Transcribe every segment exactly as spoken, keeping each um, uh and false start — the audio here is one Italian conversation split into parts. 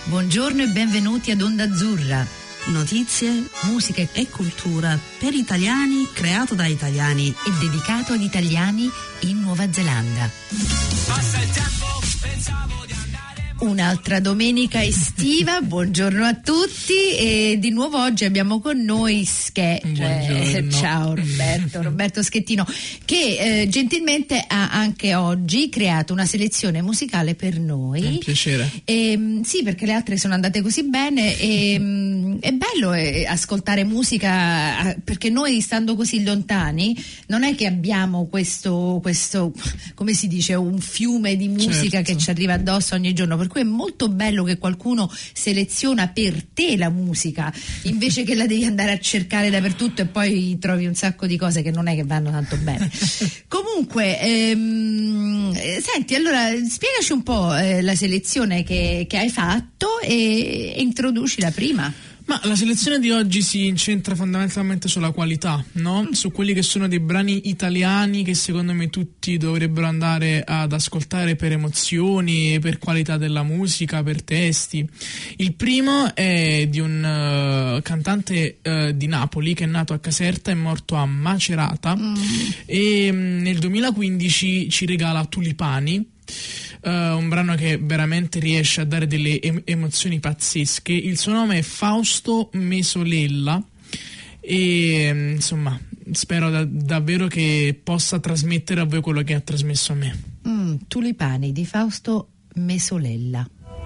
Buongiorno e benvenuti ad Onda Azzurra. Notizie, musica e cultura per italiani, creato da italiani e dedicato ad italiani in Nuova Zelanda. Passa il tempo, pensavo di andare. Un'altra domenica estiva, buongiorno a tutti e di nuovo oggi abbiamo con noi Ske, cioè, ciao Roberto, Roberto Schettino, che eh, gentilmente ha anche oggi creato una selezione musicale per noi. Un piacere. E, sì, perché le altre sono andate così bene e mh, è bello eh, ascoltare musica, perché noi stando così lontani non è che abbiamo questo, questo come si dice, un fiume di musica, certo, che ci arriva addosso ogni giorno, per cui è molto bello che qualcuno seleziona per te la musica invece che la devi andare a cercare dappertutto e poi trovi un sacco di cose che non è che vanno tanto bene. Comunque ehm, senti, allora spiegaci un po' eh, la selezione che, che hai fatto e, e introduci la prima. Ma la selezione di oggi si incentra fondamentalmente sulla qualità, no? Su quelli che sono dei brani italiani che secondo me tutti dovrebbero andare ad ascoltare per emozioni, per qualità della musica, per testi. Il primo è di un uh, cantante uh, di Napoli che è nato a Caserta e morto a Macerata mm. e um, nel duemilaquindici ci regala Tulipani. Uh, un brano che veramente riesce a dare delle em- emozioni pazzesche. Il suo nome è Fausto Mesolella e insomma spero da- davvero che possa trasmettere a voi quello che ha trasmesso a me. mm, Tulipani di Fausto Mesolella.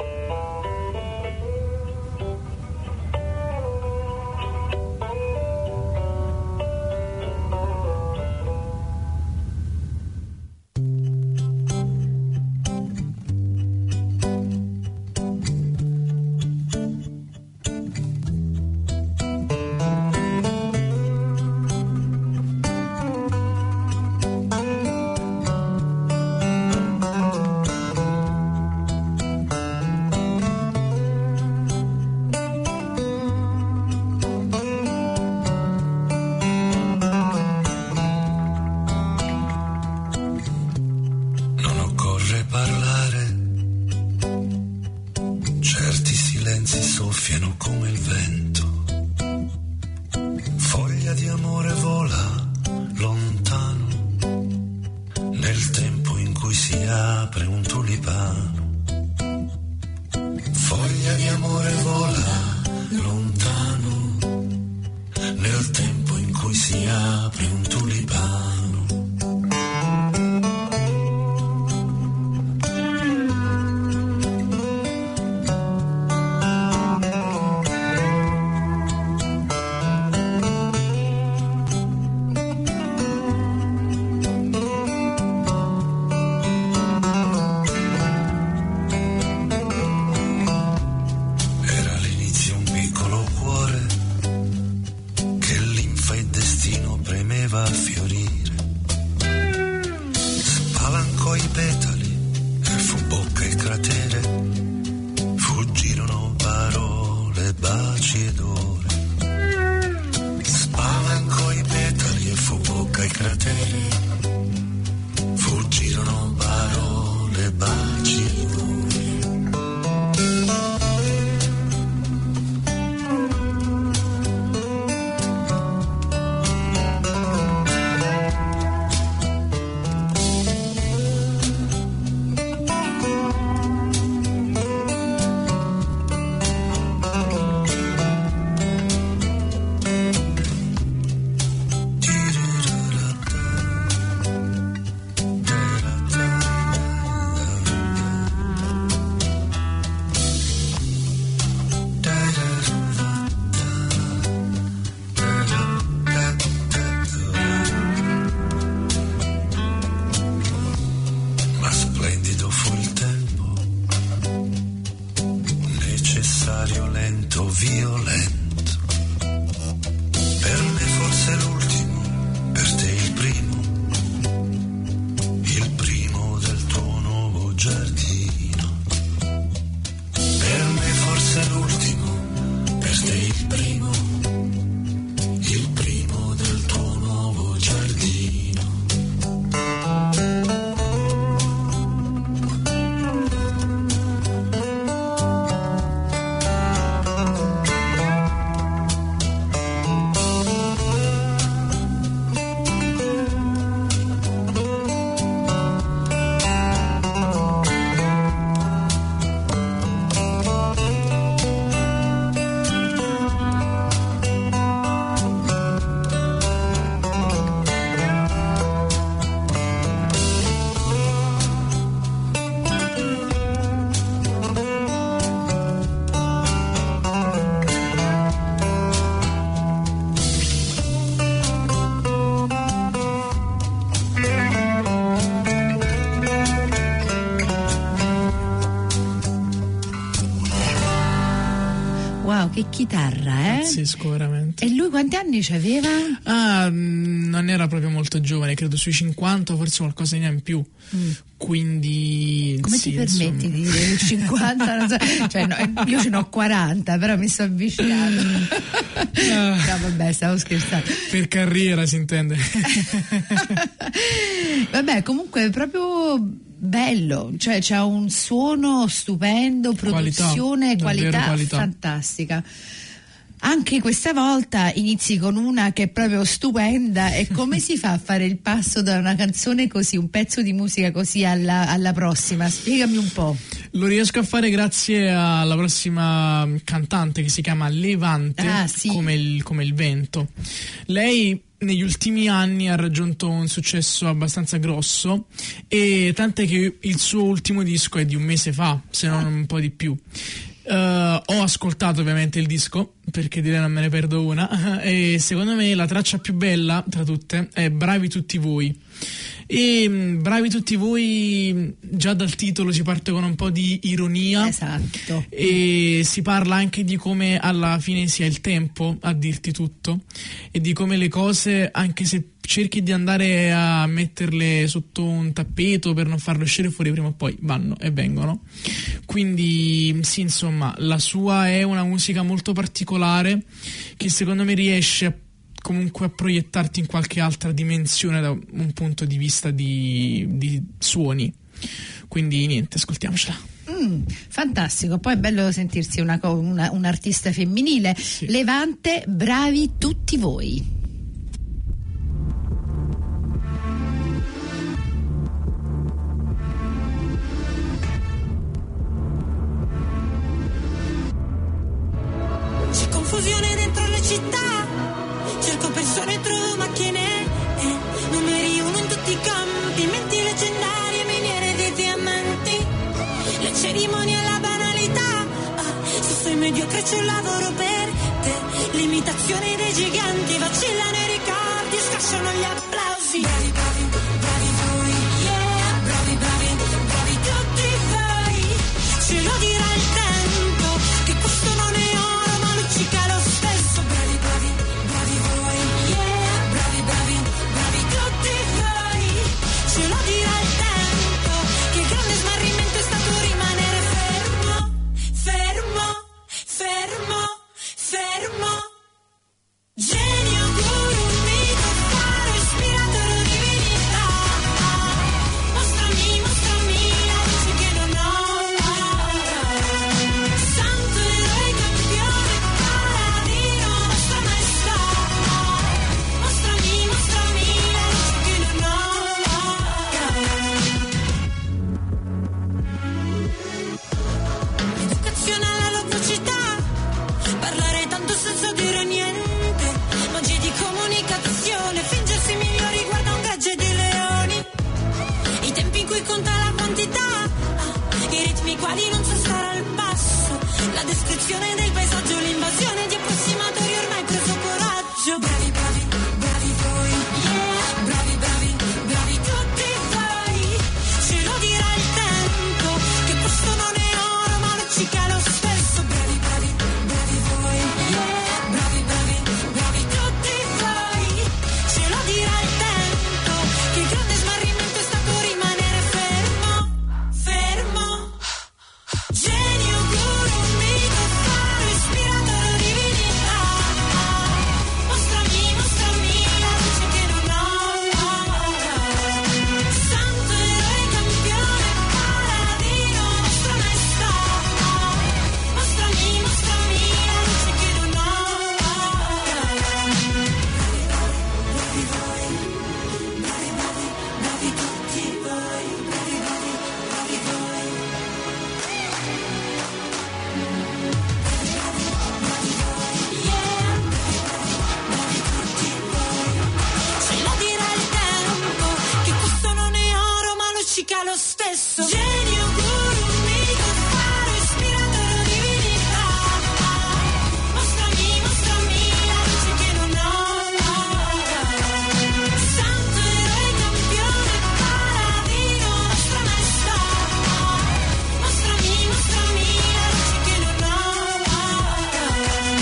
Soffiano come il vento, foglia di amore vola lontano, nel tempo in cui si apre un tulipano. Foglia di amore vola lontano, nel tempo in cui si apre un tulipano. Premeva a fiorire, che chitarra, eh? Pazzesco, veramente. E lui quanti anni c'aveva? Ah, mh, non era proprio molto giovane, credo sui cinquanta, forse qualcosa in più. Mm. Quindi come sì, ti permetti insomma. di dire cinquanta? Non so, cioè, no, io ce n'ho quaranta, però mi sto avvicinando. No, vabbè, stavo scherzando. Per carriera si intende. Vabbè, comunque è proprio bello, cioè c'ha un suono stupendo, produzione, qualità, qualità, qualità fantastica. Anche questa volta inizi con una che è proprio stupenda. E come si fa a fare il passo da una canzone così, un pezzo di musica così alla, alla prossima? Spiegami un po'. Lo riesco a fare grazie alla prossima cantante che si chiama Levante, ah, sì. come, il, come il vento. Lei negli ultimi anni ha raggiunto un successo abbastanza grosso, e tant'è che il suo ultimo disco è di un mese fa, se non un po' di più. Uh, ho ascoltato ovviamente il disco, perché di lei non me ne perdo una, e secondo me la traccia più bella tra tutte è Bravi tutti voi. E mh, bravi tutti voi, già dal titolo si parte con un po' di ironia, esatto, e si parla anche di come alla fine sia il tempo a dirti tutto, e di come le cose, anche se cerchi di andare a metterle sotto un tappeto per non farle uscire fuori, prima o poi vanno e vengono. Quindi sì, insomma, la sua è una musica molto particolare che secondo me riesce a comunque a proiettarti in qualche altra dimensione da un punto di vista di, di suoni. Quindi niente, ascoltiamocela. Mm, fantastico, poi è bello sentirsi una, una, un artista femminile. Sì. Levante, bravi tutti voi. C'è confusione dentro le città, cerco persone, trovo macchine, eh, numeri uno in tutti i campi, menti leggendarie, miniere di diamanti, le cerimonie e la banalità, ah, se sei mediocre c'è un lavoro per te, l'imitazione dei giganti, vacillano i ricordi, scasciano gli applausi, bravi, bravi, bravi voi, yeah, bravi, bravi, bravi tutti voi, ce lo dirà il tempo, che questo non è oro ma luccica lo stesso, bravi, bravi, bravi voi, yeah, bravi, bravi, bravi tutti voi, ce lo dirà il tempo, che il grande smarrimento è stato rimanere fermo, fermo, fermo, fermo, genio, guru, mito, faro, ispiratore, divinità, mostrami, mostrami la luce che non ho, santo eroe, campione, paladino, nostra maestà, mostrami, mostrami la luce che non ho. Educazione alla velocità, parlare tanto senza dire niente, magie di comunicazione, fingersi migliori, guarda un gregge di leoni, i tempi in cui conta la quantità, ah, i ritmi quali non sa stare al passo, la descrizione del paesaggio, l'invasione di approssimatori, ormai preso coraggio, bravi, bravi, bravi voi, yeah, bravi, bravi, bravi tutti voi, ce lo dirà il tempo, che questo non è oro ma luccica lo stesso, bravi, bravi, bravi voi, yeah, bravi, bravi, bravi tutti voi, ce lo dirà il tempo, che il grande smarrimento è stato rimanere fermo, fermo, genio, guru, mito, faro, ispiratore, divinità, mostrami, mostrami la luce che non ho, santo eroe, campione, paladino, nostra maestà, mostrami, mostrami la luce che non ho. Bravi, bravi, bravi voi, bravi, bravi, bravi tutti voi, bravi, bravi, bravi voi, yeah, bravi, bravi tutti voi, ce lo dirà il tempo, che questo non è oro ma luccica lo stesso, genio, guru, mito, faro, ispiratore, divinità, mostrami, mostrami la luce che non ho, santo eroe, campione, paladino, nostra maestà, mostrami, mostrami la luce che non ho.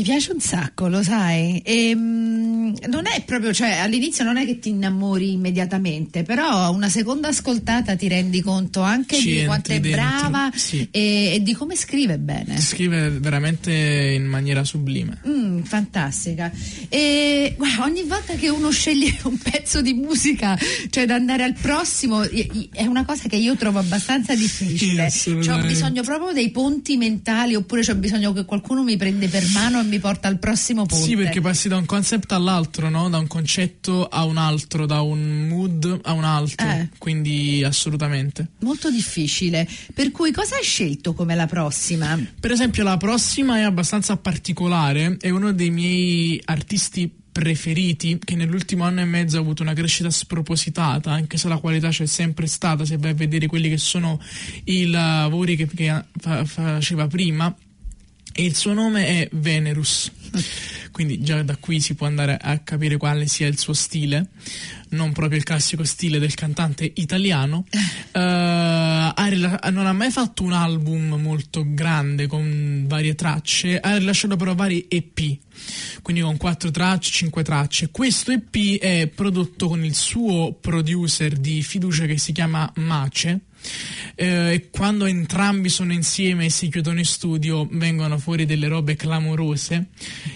piace un sacco, lo sai. E, mh, non è proprio, cioè all'inizio non è che ti innamori immediatamente, però una seconda ascoltata ti rendi conto anche Ci di quanto è entri dentro, brava, sì. e, e di come scrive bene. Scrive veramente in maniera sublime. Mm, fantastica. E guarda, ogni volta che uno sceglie un pezzo di musica, cioè da andare al prossimo, è una cosa che io trovo abbastanza difficile. Sì, cioè, ho bisogno proprio dei ponti mentali, oppure c'ho bisogno che qualcuno mi prende per mano e mi porta al prossimo ponte. Sì, perché passi da un concept all'altro, no? Da un concetto a un altro, da un mood a un altro. Eh. Quindi assolutamente. Molto difficile. Per cui cosa hai scelto come la prossima? Per esempio la prossima è abbastanza particolare, è uno dei miei artisti preferiti, che nell'ultimo anno e mezzo ha avuto una crescita spropositata, anche se la qualità c'è sempre stata, se vai a vedere quelli che sono i lavori che, che fa, faceva prima. E il suo nome è Venerus, quindi già da qui si può andare a capire quale sia il suo stile, non proprio il classico stile del cantante italiano. uh, ha rila- non ha mai fatto un album molto grande con varie tracce, ha rilasciato però vari E P, quindi con quattro tracce, cinque tracce. Questo E P è prodotto con il suo producer di fiducia che si chiama Mace. Eh, e quando entrambi sono insieme e si chiudono in studio vengono fuori delle robe clamorose.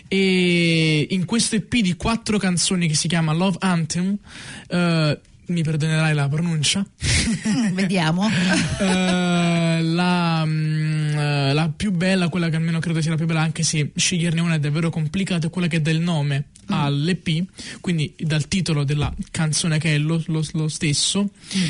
E in questo E P di quattro canzoni che si chiama Love Anthem, eh, mi perdonerai la pronuncia, Vediamo. uh, la, uh, la più bella, quella che almeno credo sia la più bella, anche se sceglierne una è davvero complicato, è quella che dà il nome mm. all'E P, quindi dal titolo della canzone che è lo, lo, lo stesso. Mm.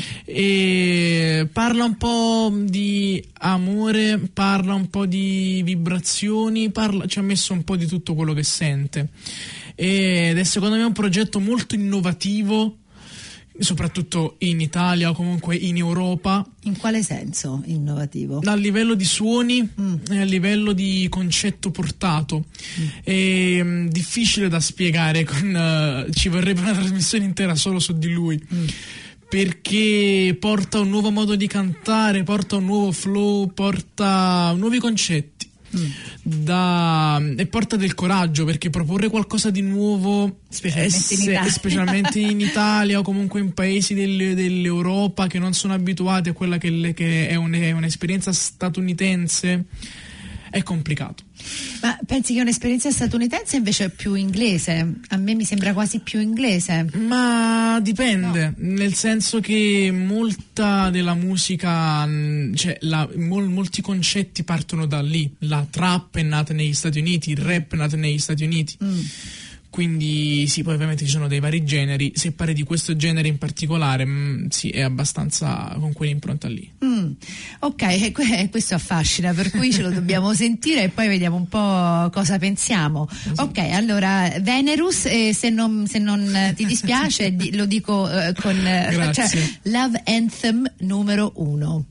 E parla un po' di amore, parla un po' di vibrazioni, parla, ci ha messo un po' di tutto quello che sente, ed è secondo me un progetto molto innovativo, soprattutto in Italia o comunque in Europa. In quale senso innovativo? A livello di suoni mm. e a livello di concetto portato. Mm. È um, difficile da spiegare, con, uh, ci vorrebbe una trasmissione intera solo su di lui. Mm. Perché porta un nuovo modo di cantare, porta un nuovo flow, porta nuovi concetti. Mm. Da, e porta del coraggio, perché proporre qualcosa di nuovo, specialmente, esse, in, Italia. specialmente in Italia o comunque in paesi del, dell'Europa che non sono abituati a quella che, le, che è, un, è un'esperienza statunitense, è complicato. Ma pensi che un'esperienza statunitense invece è più inglese? A me mi sembra quasi più inglese. Ma dipende, no. Nel senso che molta della musica, cioè la, mol, molti concetti partono da lì. La trap è nata negli Stati Uniti, il rap è nato negli Stati Uniti. Mm. Quindi sì, poi ovviamente ci sono dei vari generi. Se parli di questo genere in particolare, mh, sì, è abbastanza con quell'impronta lì. Mm. Ok, e que- questo affascina, per cui ce lo dobbiamo sentire e poi vediamo un po' cosa pensiamo. Esatto. Ok, allora Venerus, eh, se, non, se non ti dispiace di, lo dico eh, con eh, cioè, Love Anthem numero uno.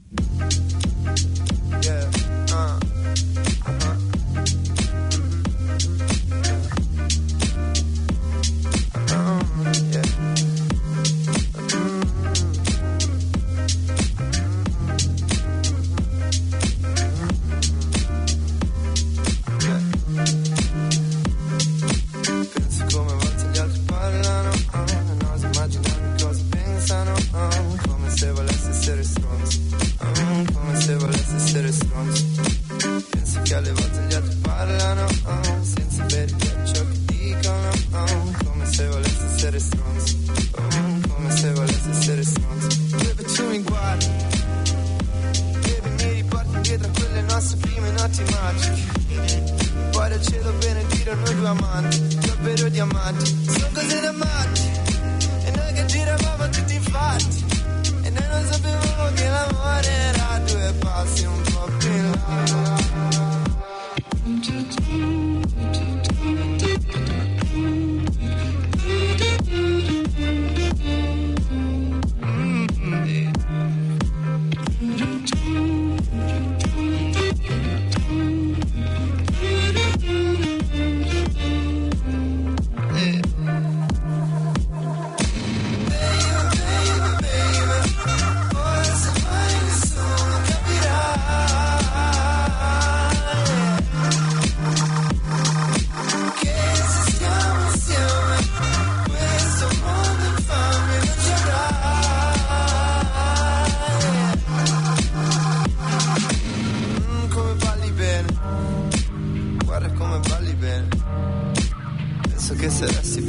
Yeah. Uh.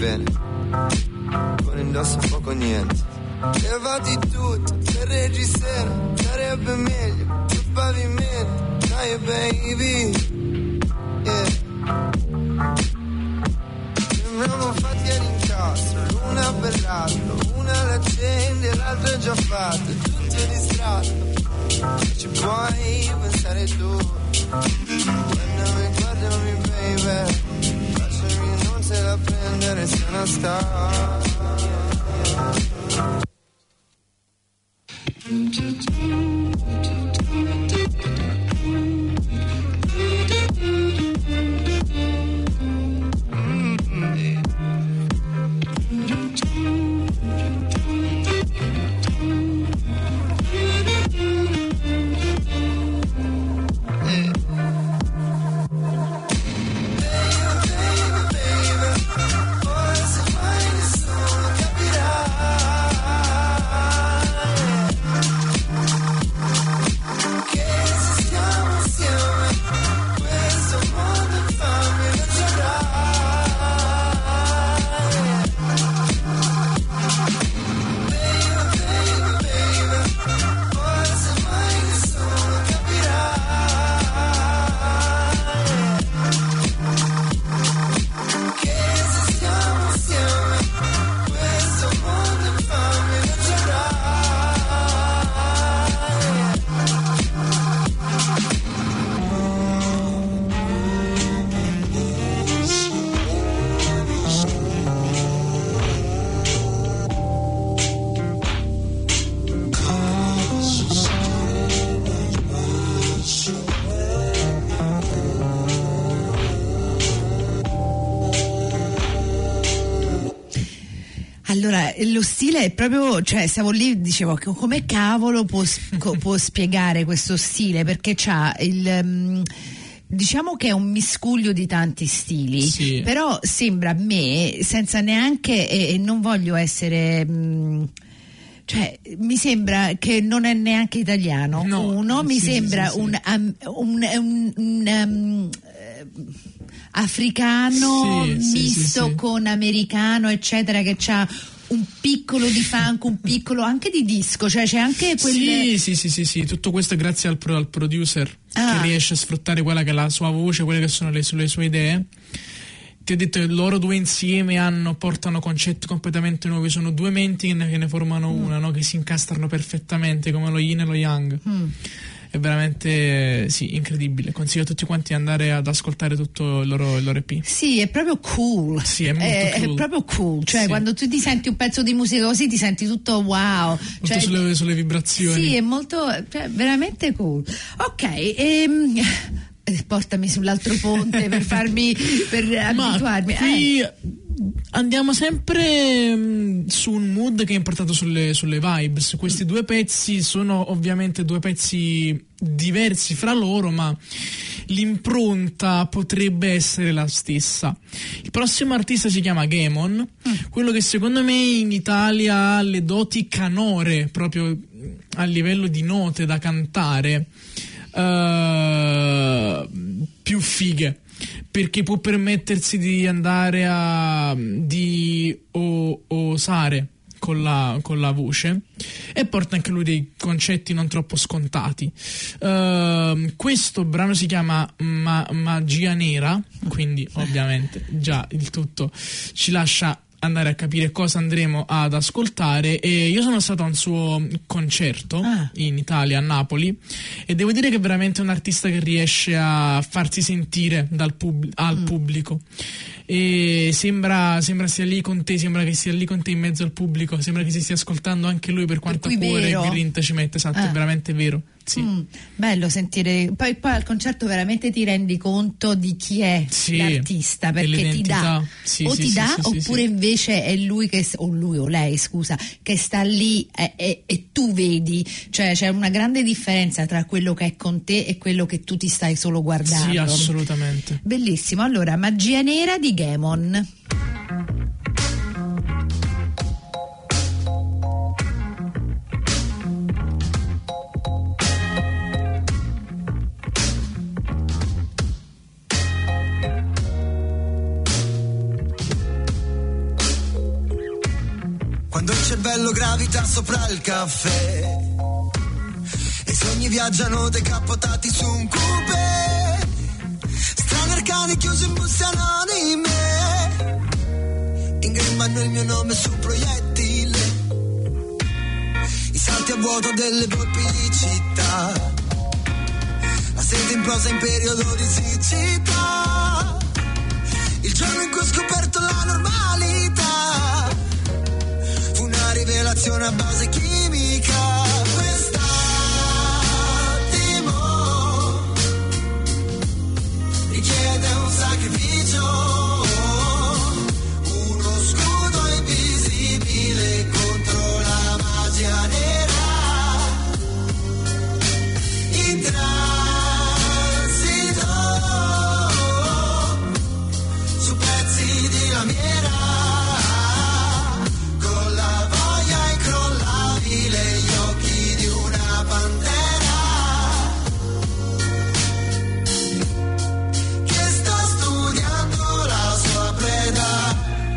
bene, con indosso poco niente. Levati tutto, per reggiseno, sarebbe meglio, sul pavimento, dai baby, yeah. Sembriamo fatti all'incastro, l'una per l'altro, una l'accende, l'altra è già fatta, tutto è distratto, ci puoi pensare tu, guardami, guardami baby, lasciami non se la prendere se non sta. Allora, lo stile è proprio, cioè stavo lì, dicevo, come cavolo può, può spiegare questo stile, perché c'ha il... Um, diciamo che è un miscuglio di tanti stili, sì. Però sembra a me, senza neanche, e, e non voglio essere... Um, cioè, mi sembra che non è neanche italiano, no, uno, mi sì, sembra sì, sì, un... Um, un, un, un um, africano sì, misto sì, sì, sì. con americano, eccetera, che c'ha un piccolo di funk, un piccolo anche di disco, cioè c'è anche quel... Sì, sì, sì, sì, sì. Tutto questo è grazie al, pro, al producer ah. che riesce a sfruttare quella che è la sua voce, quelle che sono le, le sue idee. Ti ho detto che loro due insieme hanno, portano concetti completamente nuovi, sono due menti che ne, che ne formano mm. una, no? Che si incastrano perfettamente come lo yin e lo yang. Mm. È veramente, sì, incredibile. Consiglio a tutti quanti di andare ad ascoltare tutto il loro, il loro E P. Sì, è proprio cool. Sì, è molto è, cool. È proprio cool. Cioè, sì. Quando tu ti senti un pezzo di musica così, ti senti tutto wow. Molto cioè, sulle, sulle vibrazioni. Sì, è molto, cioè, veramente cool. Ok, ehm, portami sull'altro ponte per farmi, per Ma abituarmi. Qui eh. andiamo sempre mh, su un mood che è importato sulle, sulle vibes. Questi due pezzi sono ovviamente due pezzi diversi fra loro, ma l'impronta potrebbe essere la stessa. Il prossimo artista si chiama Gamon, mm. quello che secondo me in Italia ha le doti canore, proprio a livello di note da cantare, uh, più fighe, perché può permettersi di andare a di o, osare con la, con la voce, e porta anche lui dei concetti non troppo scontati. Uh, questo brano si chiama Ma- Magia Nera, quindi ovviamente già il tutto ci lascia andare a capire cosa andremo ad ascoltare. E io sono stato a un suo concerto ah. in Italia, a Napoli, e devo dire che è veramente un artista che riesce a farsi sentire dal pub- al mm. pubblico, e sembra, sembra sia lì con te, sembra che sia lì con te in mezzo al pubblico, sembra che si stia ascoltando anche lui, per quanto per cuore vero. e grinta ci mette. Esatto, ah. è veramente vero. Sì. Mm, bello sentire, poi, poi al concerto veramente ti rendi conto di chi è sì, l'artista, perché ti dà sì, o sì, ti sì, dà sì, oppure sì, invece è lui che, o lui o lei scusa, che sta lì e, e, e tu vedi, cioè c'è una grande differenza tra quello che è con te e quello che tu ti stai solo guardando. Sì, assolutamente. Bellissimo. Allora, Magia Nera di Gamon. zero gravità sopra il caffè. E i sogni viaggiano decappotati su un coupé. Strani arcani chiusi in buste anonime. Ingrimmano il mio nome su proiettili. I salti a vuoto delle volpi di città. La sete in prosa in periodo di siccità. Il giorno in cui ho scoperto la normalità fu una rivelazione a base chimica. Quest'attimo richiede un sacrificio, uno scudo invisibile contro la magia nera. In transito su pezzi di lamiera, con la voglia incrollabile, gli occhi di una pantera che sta studiando la sua preda.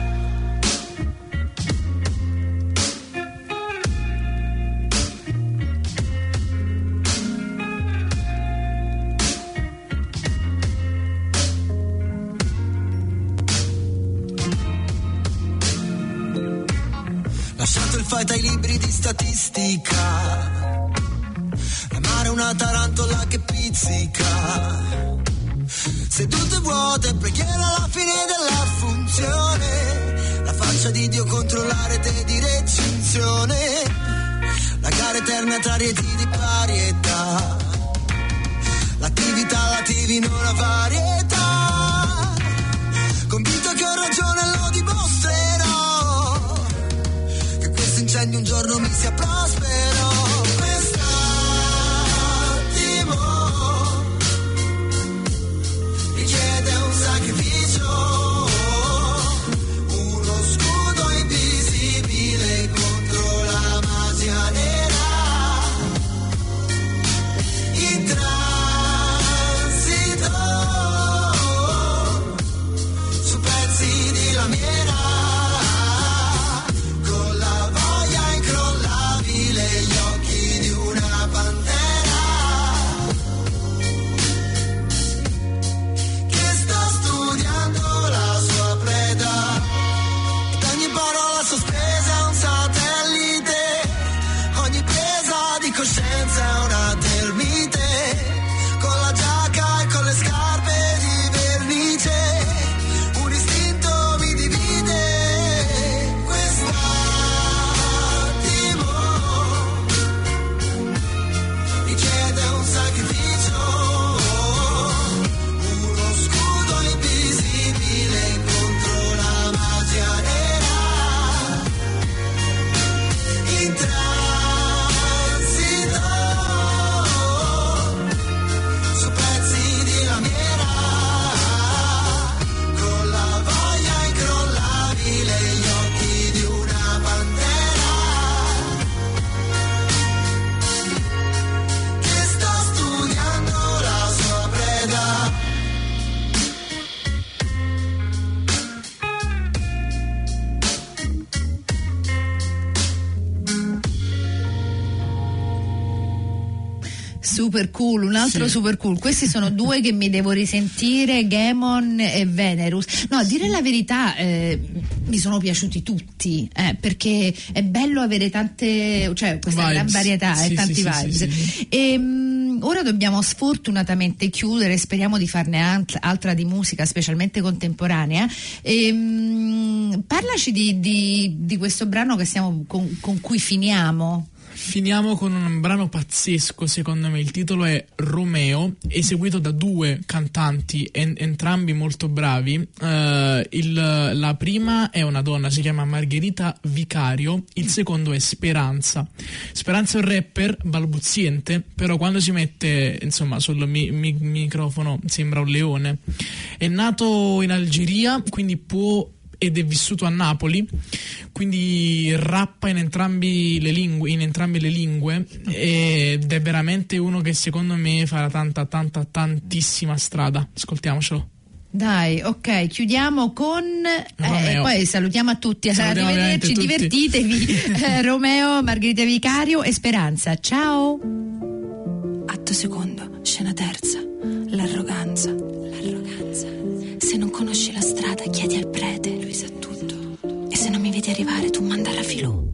Lasciato il fight ai libri di statistica, l'amare una tarantola che pizzica. Sedute vuote, preghiera alla fine della funzione. La faccia di Dio contro la rete di recinzione. La gara eterna tra rieti di parietà. L'attività lativi non ha varietà. Convinto che ho ragione lo dimostrerò. Che questo incendio un giorno mi sia prospero. Quest'attimo richiede un sacrificio, uno scudo invisibile contro la magia nera. In transito su pezzi di lamiera, con la voglia incrollabile, gli occhi di una pantera che sta studiando la sua preda. Ed ogni parola sospesa è un satellite, ogni presa di coscienza è una termite, con la giacca e con le scarpe di vernice, un istinto mi divide. Quest'attimo richiede un sacrificio, uno scudo invisibile contro la magia nera. In transito su pezzi di lamiera, con la voglia incrollabile, gli occhi di una pantera che sta studiando la sua preda. Super cool, un altro Sì. super cool. Questi sono due che mi devo risentire, Gaemon e Venerus. No, a dire la verità, eh, mi sono piaciuti tutti, eh, perché è bello avere tante, cioè questa Vibes. gran varietà Sì, e tanti sì, sì, vibes. sì, sì. E, mh, ora dobbiamo sfortunatamente chiudere, speriamo di farne alt- altra di musica, specialmente contemporanea. E, mh, parlaci di, di, di questo brano che stiamo, con, con cui finiamo. Finiamo con un brano pazzesco, secondo me. Il titolo è Romeo, eseguito da due cantanti, en- entrambi molto bravi. Uh, il, la prima è una donna, si chiama Margherita Vicario, il secondo è Speranza. Speranza è un rapper balbuziente, però quando si mette, insomma, sul mi- mi- microfono sembra un leone. È nato in Algeria, quindi può ed è vissuto a Napoli, quindi rappa in entrambi le lingue, in entrambe le lingue, ed è veramente uno che secondo me farà tanta tanta tantissima strada. Ascoltiamocelo. Dai, ok, chiudiamo con eh, poi salutiamo a tutti, Salutiamo arrivederci, tutti. divertitevi. eh, Romeo, Margherita Vicario e Speranza, ciao. Atto secondo, scena terza, l'arroganza. L'arroganza. Se non conosci la strada, chiedi al prete, lui sa tutto. E se non mi vedi arrivare, tu manda la filù.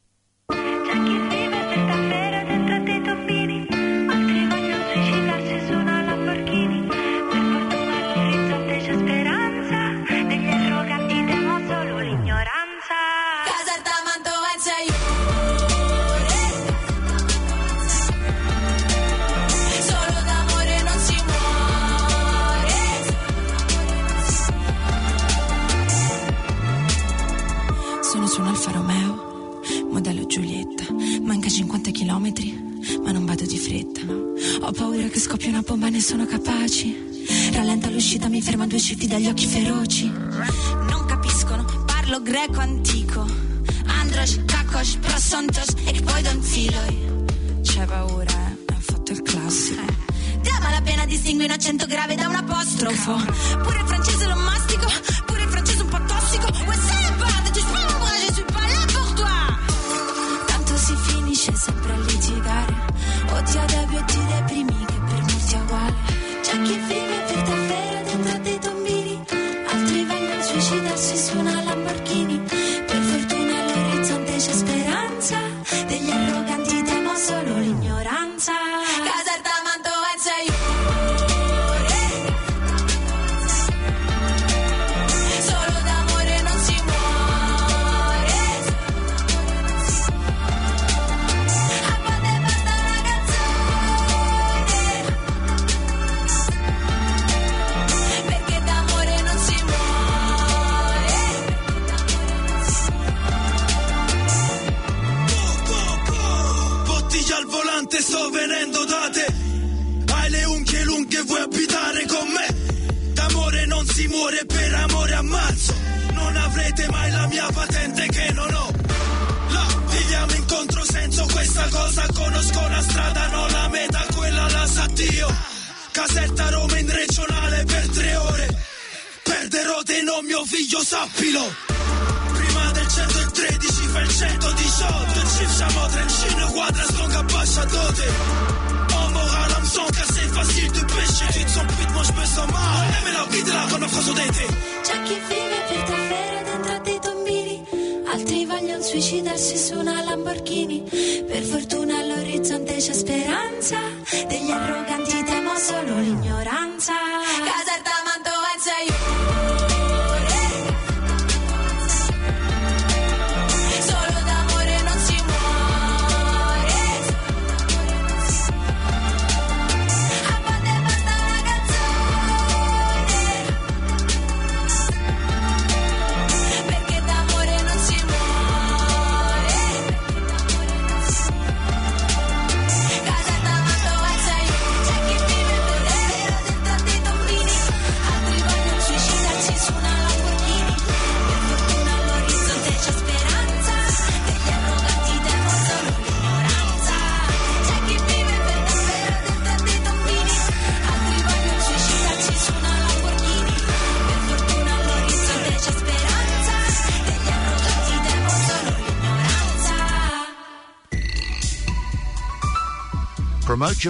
Su un Alfa Romeo, modello Giulietta. Manca cinquanta chilometri, ma non vado di fretta. Ho paura che scoppia una bomba, ne sono capaci. Rallenta l'uscita, mi ferma due cifri dagli occhi feroci. Non capiscono, parlo greco antico. Andros, kakos, prosontos, e poi don filoi. C'è paura, eh, ha fatto il classico. Da malapena distingui un accento grave da un apostrofo. Pure il francese lo mastico, pure il francese un po' tossico. Si finisce sempre a litigare, o ti adegui o ti deprimi, che per molti è uguale. C'è chi vive per davvero dentro dei tombini, altri vogliono suicidarsi su una Lamborghini. Per fortuna all'orizzonte c'è speranza, degli arroganti temo solo l'ignoranza. Caserta, Mantovazza, solo d'amore non si muore. Al volante sto venendo da te. Hai le unghie lunghe, vuoi abitare con me? D'amore non si muore, per amore ammazzo. Non avrete mai la mia patente che non ho. Là, viviamo in controsenso, questa cosa conosco la strada, non la meta, quella la sa Dio. Caserta Roma in regionale per tre ore. Perderò te non mio figlio, sappilo. Prima del centotredici fa il centodiciotto. Ci facciamo trencino, quadra, stonga, bascia, dote. En moral, me sens car c'est facile de pêcher. Tu te sens pute, moi je me sens mal. E me la vita la con cosa dete. C'è chi vive per davvero dentro dei tombini, altri vogliono suicidarsi su una Lamborghini. Per fortuna all'orizzonte c'è speranza, degli arroganti temo solo l'ignoranza. Caserta, Mantovazza, io Promote your